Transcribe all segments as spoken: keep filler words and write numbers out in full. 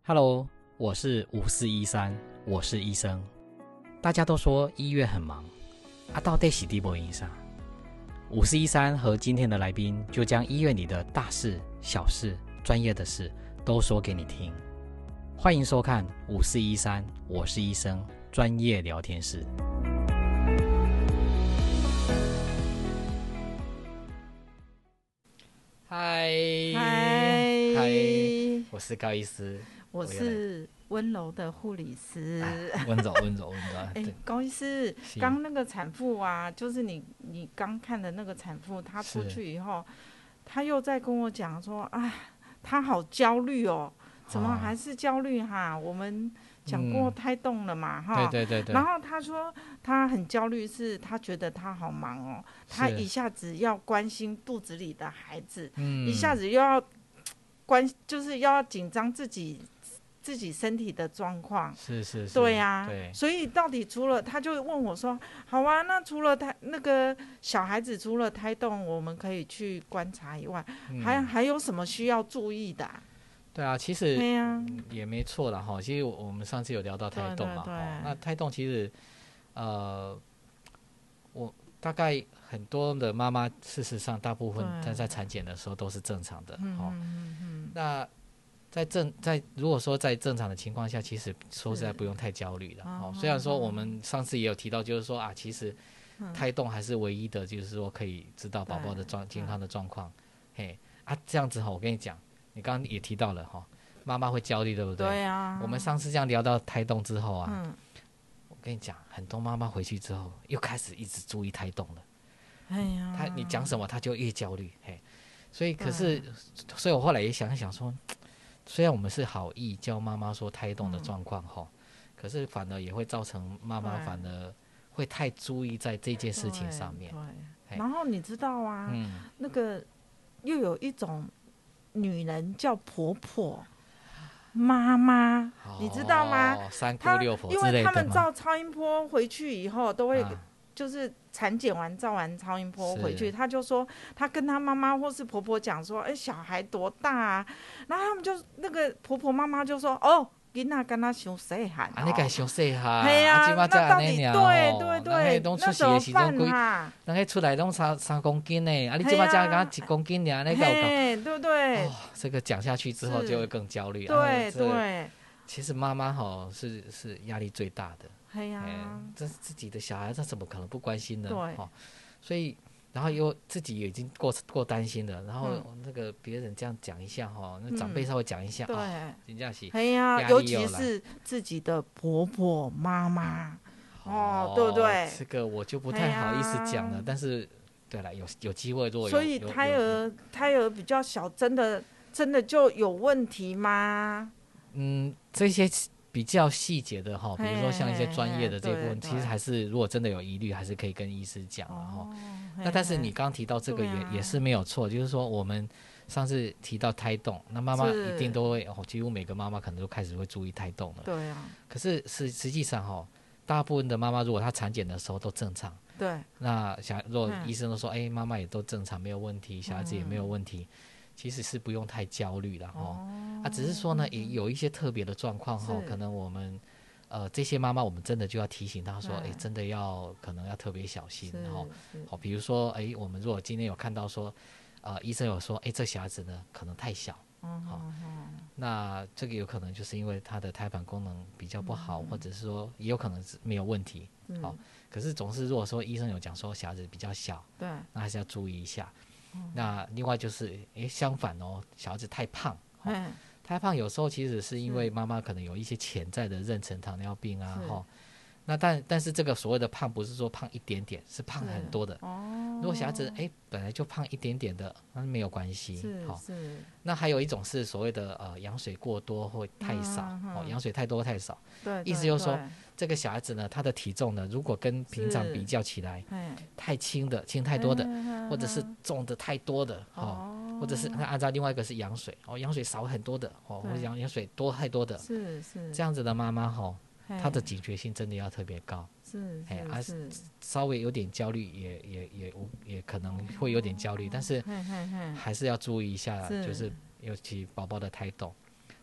Hello， 我是五四一三，我是医生。大家都说医院很忙，啊，到底是在做啥？五四一三和今天的来宾就将医院里的大事、小事、专业的事都说给你听。欢迎收看五四一三，我是医生专业聊天室。嗨嗨嗨，我是高医师， 我是温柔的护理师。 啊、温柔温柔温柔。 哎、欸，高医师，刚那个产妇啊，就是你你刚看的那个产妇，她出去以后，她又在跟我讲说，啊，她好焦虑哦，怎么还是焦虑哈？我们讲过胎动了嘛，哈、 嗯，对对对对。 然后她说她很焦虑，是她觉得她好忙哦，她一下子要关心肚子里的孩子， 嗯、 一下子又要关，就是要紧张自己。自己身体的状况是是是， 对呀、啊， 对， 所以到底除了他就问我说，好啊，那除了胎那个小孩子除了胎动我们可以去观察以外，嗯、还还有什么需要注意的、啊？ 对啊，其实也没错啦哈。其实我们上次有聊到胎动嘛， 对对对， 那胎动其实呃，我大概很多的妈妈，事实上大部分在在产检的时候都是正常的，哦，嗯嗯、那。在正在如果说在正常的情况下，其实说实在不用太焦虑了。哦，虽然说我们上次也有提到，就是说啊，其实胎动还是唯一的，就是说可以知道宝宝的状健康的状况。嘿啊，这样子哈，我跟你讲，你刚刚也提到了哈，妈妈会焦虑，对不对？ 对啊。 我们上次这样聊到胎动之后啊，嗯、我跟你讲，很多妈妈回去之后又开始一直注意胎动了。 哎呀， 她你讲什么，她就越焦虑。嘿，所以可是，所以我后来也想一想说。虽然我们是好意教妈妈说胎动的状况哈，嗯、可是反而也会造成妈妈反而会太注意在这件事情上面。 对，对然后你知道啊，嗯、那个又有一种女人叫婆婆、妈妈，哦、你知道吗？ 三姑六婆之类的吗？ 因为他们照超音波回去以后都会。啊就是产检完照完超音波回去，他就说他跟他妈妈或是婆婆讲说，哎、欸，小孩多大啊？然后他们就那个婆婆妈妈就说，哦，囡仔跟他伤细汉， 啊，你该伤细汉， 系啊，那到底对对对， 那怎么办啊？ 人迄出来拢三三公斤呢，啊，你即马才敢一公斤尔，那个对对对， 哦，这个讲下去之后就会更焦虑。 对对， 其实妈妈吼是是压力最大的。 对呀、 啊，这是自己的小孩，他怎么可能不关心呢？ 对， 哦，所以然后又自己也已经过过担心了，然后那个别人这样讲一下哈，那、嗯、长辈稍微讲一下，对、哦，真正是， 对呀、啊，尤其是自己的婆婆妈妈，哦，对不对？ 这个我就不太好意思讲了，但是对了，有有机会如果有， 所以胎儿胎儿比较小，真的真的就有问题吗？ 嗯，这些。比较细节的哈，比如说像一些专业的这部分，其实还是如果真的有疑虑，还是可以跟医师讲了哈。那但是你刚刚提到这个也、啊、也是没有错，就是说我们上次提到胎动，那妈妈一定都会哦，几乎每个妈妈可能都开始会注意胎动了。 对啊。 可是实实际上哈，大部分的妈妈如果她产检的时候都正常， 对， 那小如果医生都说，哎、欸，妈妈也都正常，没有问题，小孩子也没有问题。嗯其实是不用太焦虑了哈，哦、啊，只是說呢，也有一些特別的狀況哈，可能我們，呃，這些媽媽我們真的就要提醒她說，哎，真的要可能要特別小心，然後，好，比如說，哎，我們如果今天有看到說，呃，醫生有說，哎，這小孩子呢可能太小，嗯，好，那這個有可能就是因為他的胎盤功能比較不好，嗯、或者是說也有可能是沒有問題，好，可是總是如果說醫生有講說小孩子比較小，對，那還是要注意一下。那另外就是，誒，相反哦，小孩子太胖，哦、太胖有時候其實是因為媽媽可能有一些潛在的妊娠糖尿病啊，哈。那但但是這個所謂的胖，不是說胖一點點，是胖很多的。哦。如果小孩子誒本來就胖一點點的，那沒有關係。是。好。是。那還有一種是所謂的呃羊水過多或太少，嗯、哦，羊水太多太少。對。意思就是說。這個小孩子呢，他的體重呢，如果跟平常比較起來，太輕的、輕太多的，或者是重的太多的，哦，或者是按照另外一個是羊水，哦，羊水少很多的，哦，或者羊羊水多太多的，是是，這樣子的媽媽哈，她的警覺性真的要特別高，是是，啊，稍微有點焦慮也也也也可能會有點焦慮，但是還是要注意一下，就是尤其寶寶的胎動。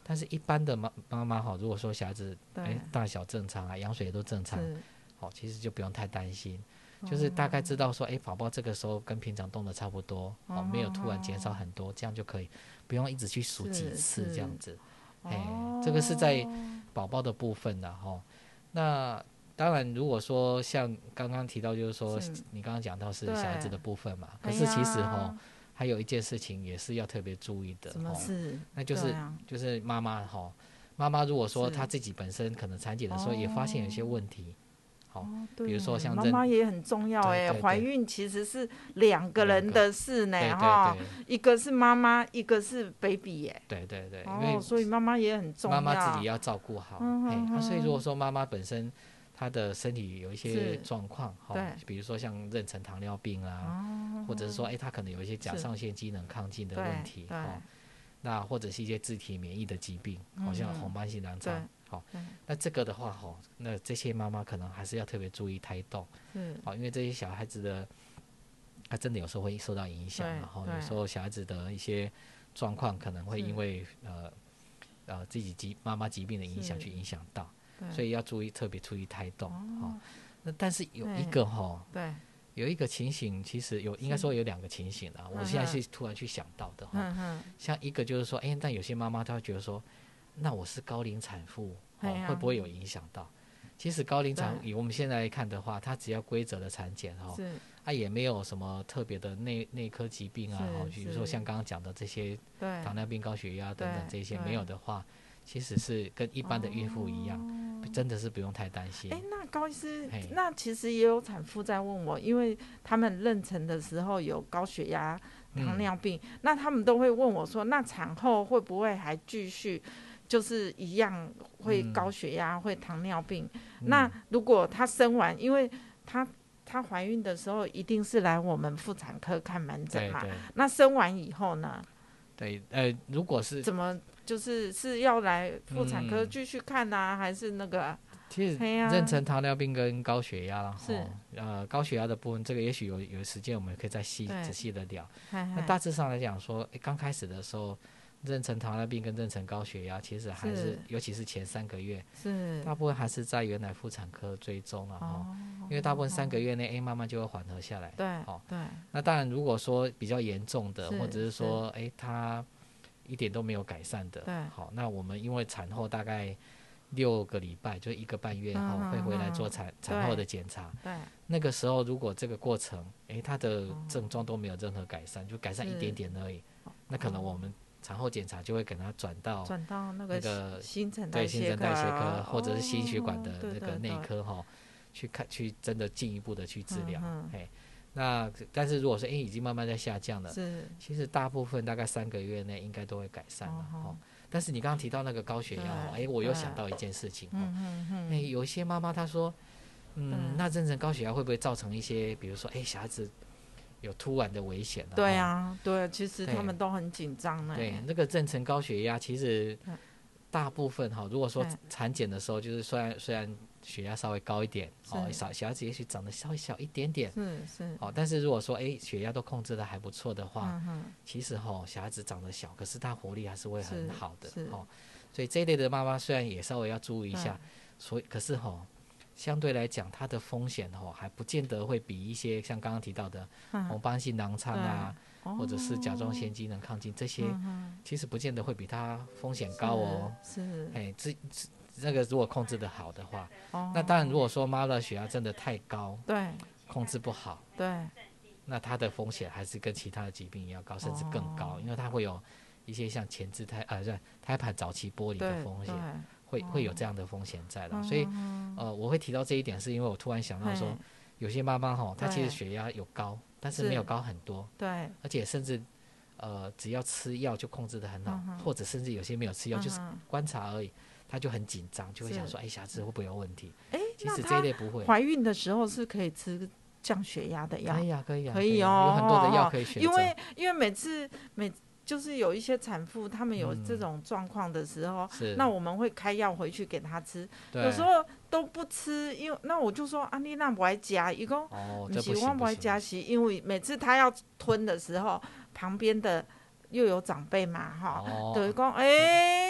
但是一般的妈妈妈哈，如果说小孩子哎大小正常啊，羊水也都正常，好，其实就不用太担心，就是大概知道说，哎，宝宝这个时候跟平常动的差不多，哦，没有突然减少很多，这样就可以，不用一直去数几次这样子。哎，这个是在宝宝的部分的哈。那当然，如果说像刚刚提到，就是说你刚刚讲到是小孩子的部分嘛，可是其实哈，还有一件事情也是要特别注意的。 什么事？ 那就是、啊、就是妈妈哈，妈妈如果说她自己本身可能产检的时候也发现有些问题。好、哦，比如说像妈妈也很重要哎，怀孕其实是两个人的事呢哈，一个是妈妈，一个是 baby 耶。 对对对， 哦，因为所以妈妈也很重要， 妈妈自己要照顾好。嗯嗯嗯、啊，所以如果说妈妈本身她的身体有一些状况，哈、哦，比如说像妊娠糖尿病啊，哦、或者是说哎她可能有一些甲状腺机能亢进的问题，哦，那或者是一些自体免疫的疾病，好、嗯、像红斑性狼疮。好，那这个的话，哈，那这些妈妈可能还是要特别注意胎动，嗯，好，因为这些小孩子的，他真的有时候会受到影响，然后有时候小孩子的一些状况可能会因为呃呃自己疾妈妈疾病的影响去影响到，所以要注意特别注意胎动，哦，那但是有一个哈，对，有一个情形，其实有应该说有两个情形啊，我现在是突然去想到的哈，像一个就是说，哎，但有些妈妈她会觉得说。那我是高龄产妇、哦啊、会不会有影响到？其实高龄产妇以我们现在来看的话，它只要规则的产检哈，啊也没有什么特别的内内科疾病啊，比如说像刚刚讲的这些糖尿病、高血压等等这些没有的话，其实是跟一般的孕妇一样，哦、真的是不用太担心。 哎，那高医师，那其实也有产妇在问我，因为他们妊娠的时候有高血压、糖尿病，嗯、那他们都会问我说，那产后会不会还继续？就是一样会高血压、嗯、会糖尿病、嗯、那如果她生完，因为她她怀孕的时候一定是来我们妇产科看门诊嘛，那生完以后呢？ 对，呃，如果是怎么就是是要来妇产科继续看啊、嗯、还是那个其实妊娠糖尿病跟高血压是呃高血压的部分，这个也许有有时间我们可以再细仔细的聊。那大致上来讲说，刚开始的时候妊娠糖尿病跟妊娠高血压其实还 是, 是尤其是前三个月是大部分还是在原来妇产科追踪了、哦、因为大部分三个月内、哦、慢慢就会缓和下来。对、哦、对。那当然如果说比较严重的，或者是说哎它一点都没有改善的，对，好，那我们因为产后大概六个礼拜，就一个半月后、嗯、会回来做产产后的检查。对，那个时候如果这个过程哎它的症状都没有任何改善，就改善一点点而已，那可能我们产后检查就会给他转到转到那个新陈代谢科，或者是心血管的那个内科哈、哦，去看去真的进一步的去治疗。嗯嗯那但是如果说哎已经慢慢在下降了，是其实大部分大概三个月内应该都会改善了、哦哦、但是你刚刚提到那个高血压哦，哎我又想到一件事情哦，嗯嗯哎有一些妈妈她说，嗯那妊娠高血压会不会造成一些，比如说哎小孩子有突然的危险、啊、 对啊对，其实他们都很紧张呢。 对，那个妊娠高血压其实大部分哈，如果说产检的时候，就是虽然虽然血压稍微高一点，哦，小小孩子也许长得稍微小一点点，是是，哦，但是如果说哎血压都控制的还不错的话，嗯、其实哈、哦、小孩子长得小，可是他活力还是会很好的，哦，所以这一类的妈妈虽然也稍微要注意一下，所以可是哈、哦。相对来讲，它的风险哦还不见得会比一些像刚刚提到的红斑性狼疮啊，嗯、或者是甲状腺机能亢进这些，嗯、其实不见得会比它风险高哦。是，哎，这这个如果控制的好的话，哦、那当然如果说妈的血压真的太高，对，控制不好，对，那它的风险还是跟其他的疾病一样高，甚至更高，哦、因为它会有一些像前置胎呃胎盘早期剥离的风险。会会有这样的风险在了，所以呃我会提到这一点，是因为我突然想到说，有些妈妈哈，她其实血压有高，但是没有高很多，对，而且甚至呃只要吃药就控制得很好，或者甚至有些没有吃药，就是观察而已，她就很紧张，就会想说，哎，小孩子会不会有问题？哎，其实这一类不会。 怀孕的时候是可以吃降血压的药， 可以啊，可以啊， 可以哦， 有很多的药可以选择。 因为因为每次每就是有一些产妇，他们有这种状况的时候、嗯，那我们会开药回去给他吃。有时候都不吃，因为那我就说啊，你那不爱加，伊讲不是我不爱加，是因为每次他要吞的时候，旁边的又有长辈嘛，哈，就会讲哎，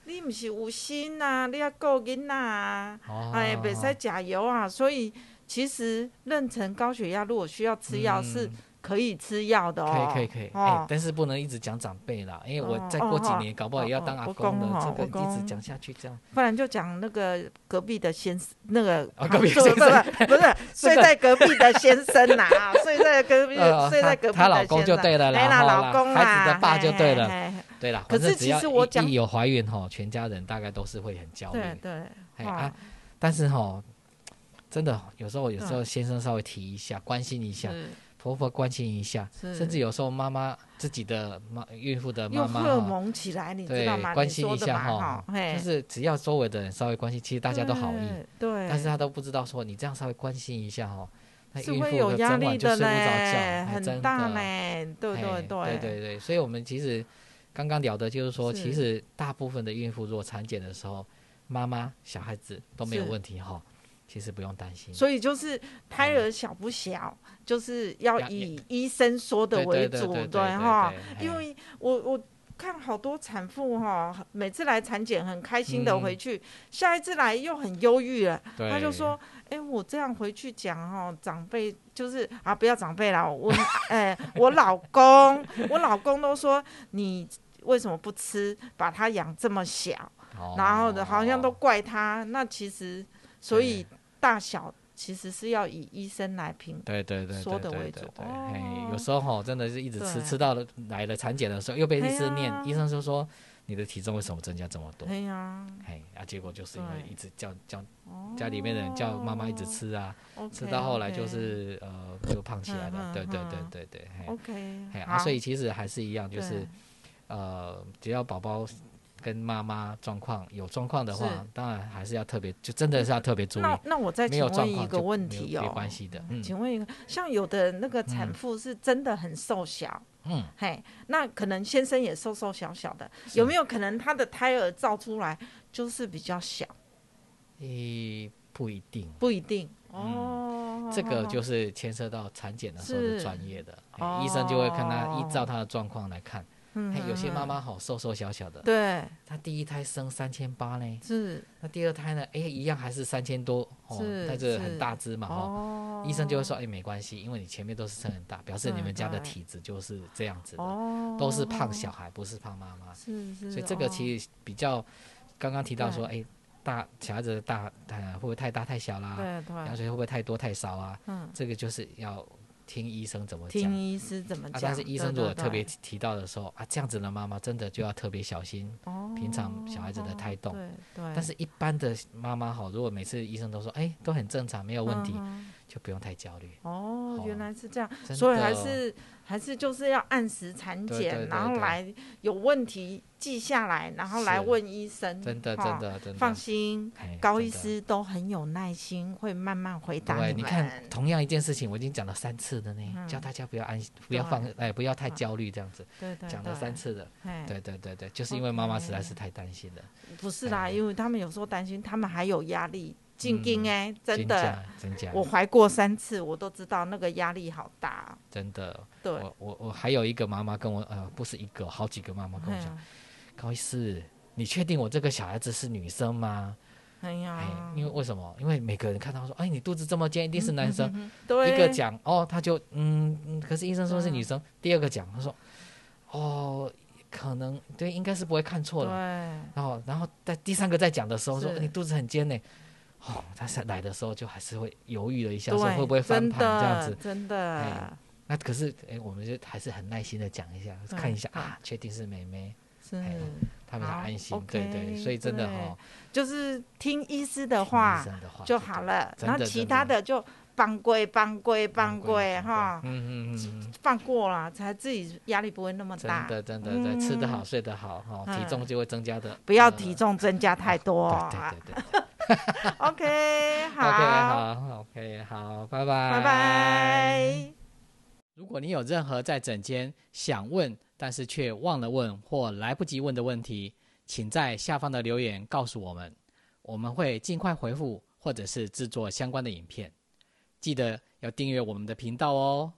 你不是有心啊，你要顾囡仔啊， 哦、 哎，袂使吃油啊，所以其实妊娠高血压如果需要吃药、嗯、是可以吃药的哦， 可以可以可以，哎、 哦欸，但是不能一直讲长辈啦，因为我再过几年，搞不好也要当阿公了，哦哦、这个一直讲下去，这样， 不然就讲那个隔壁的先生，那个、 哦、隔壁先生不是睡在隔壁的先生呐、啊，睡在隔壁，呃、睡在隔壁的先生， 她老公就对了啦， 哎啦，老公啦， 孩子的爸就对了， 嘿嘿嘿对啦。 可是其实我讲， 一有怀孕吼，全家人大概都是会很焦虑， 对对， 哎啊，但是吼，真的有时候有时候先生稍微提一下，关心一下。婆婆关心一下，甚至有时候妈妈自己的妈孕妇的妈妈荷尔蒙起来，你知道吗？ 关心一下哈，就是只要周围的人稍微关心，其实大家都好意， 对， 但是他都不知道说你这样稍微关心一下哈，那是会有压力的嘞，很大嘞，对对对， 对对对，所以我们其实刚刚聊的就是说，其实大部分的孕妇如果产检的时候，妈妈、小孩子都没有问题哈。其实不用担心， 所以就是胎儿小不小，嗯、就是要以医生说的为主，对哈。因为我我看好多产妇哈，每次来产检很开心的回去，嗯、下一次来又很忧郁了，他就说：“哎、欸，我这样回去讲哈，长辈就是啊，不要长辈啦，我哎、欸，我老公，我老公都说你为什么不吃，把他养这么小，哦、然后的好像都怪他，那其实所以。”大小其实是要以医生来评， 对对对， 说的为主。 对，哦、有时候哈，真的是一直吃，吃到了来了产检的时候，又被医生念，医生就说你的体重为什么增加这么多？ 对呀、啊， 嘿，啊，结果就是因为一直叫叫家里面的人叫妈妈一直吃啊，哦、吃到后来就是呃就胖起来了。对对对对对，嘿 ，OK， 嘿啊，所以其实还是一样，就是呃，只要宝宝。跟妈妈状况有状况的话，当然还是要特别，就真的是要特别注意。 那那我再请问一个问题哦， 没关系的。嗯， 请问一个，像有的那个产妇是真的很瘦小，嗯，嘿，那可能先生也瘦瘦小小的，有没有可能他的胎儿照出来就是比较小？ 诶，不一定， 不一定哦、 嗯。这个就是牵涉到产检的时候的专业的，医生就会看他依照他的状况来看。嗯、有些妈妈好瘦瘦小小的， 对， 她第一胎生三千八呢， 是， 那第二胎呢，哎，一样还是三千多，哦，但是很大只嘛，哦，医生就会说，哎，没关系，因为你前面都是生很大，表示你们家的体质就是这样子的，哦，都是胖小孩，不是胖妈妈， 是是， 所以这个其实比较，刚刚提到说，哎，大小孩子的大，呃，会不会太大太小啦？ 对对， 羊水会不会太多太少啊？嗯，这个就是要。听医生怎么讲， 听医师怎么讲、 啊，但是医生如果特别提到的时候啊，这样子的妈妈真的就要特别小心，哦、平常小孩子的胎动。 对对。 但是一般的妈妈好，如果每次医生都说哎都很正常没有问题，嗯、就不用太焦虑。 哦，哦原来是这样，所以还是还是就是要按时产检，对对对对，然后来有问题记下来，然后来问医生。 真的真的真的， 放心，高医师都很有耐心，会慢慢回答你们。 对，你看同样一件事情，我已经讲了三次了呢，嗯、教大家不要安，不要放，哎，不要太焦虑，这样子。 对对， 讲了三次了。对对对对，就是因为妈妈实在是太担心了。 不是啦，因为他们有时候担心，他们还有压力。进京哎，真的， 真假， 我怀过三次，我都知道那个压力好大。 真的， 对， 我我我还有一个妈妈跟我，呃，不是一个，好几个妈妈跟我讲，高医师，你确定我这个小孩子是女生吗？ 哎呀， 哎，因为为什么？因为每个人看到说，哎，你肚子这么尖，一定是男生。 嗯、对， 一个讲哦，他就嗯嗯，可是医生说是女生。第二个讲，他说，哦。可能对，应该是不会看错了。 对， 然后，然后在第三个在讲的时候说：“你肚子很尖呢。”哦，他来的时候就还是会犹豫了一下，说会不会翻盘这样子。 真的。哎， 那可是哎，我们就还是很耐心的讲一下，看一下啊，确定是妹妹， 是， 他们才安心。对对，所以真的哈， 就是听医师的话就好了，然后其他的就。放过放过放过哈，嗯嗯嗯，放过了才自己压力不会那么大。 真的真的，对，吃得好睡得好哈，体重就会增加的。 不要体重增加太多。 对对对。 OK， 好。 OK 好 OK 好，拜拜。 拜拜。 如果你有任何在诊间想问但是却忘了问或来不及问的问题，请在下方的留言告诉我们，我们会尽快回复或者是制作相关的影片。记得要订阅我们的频道哦。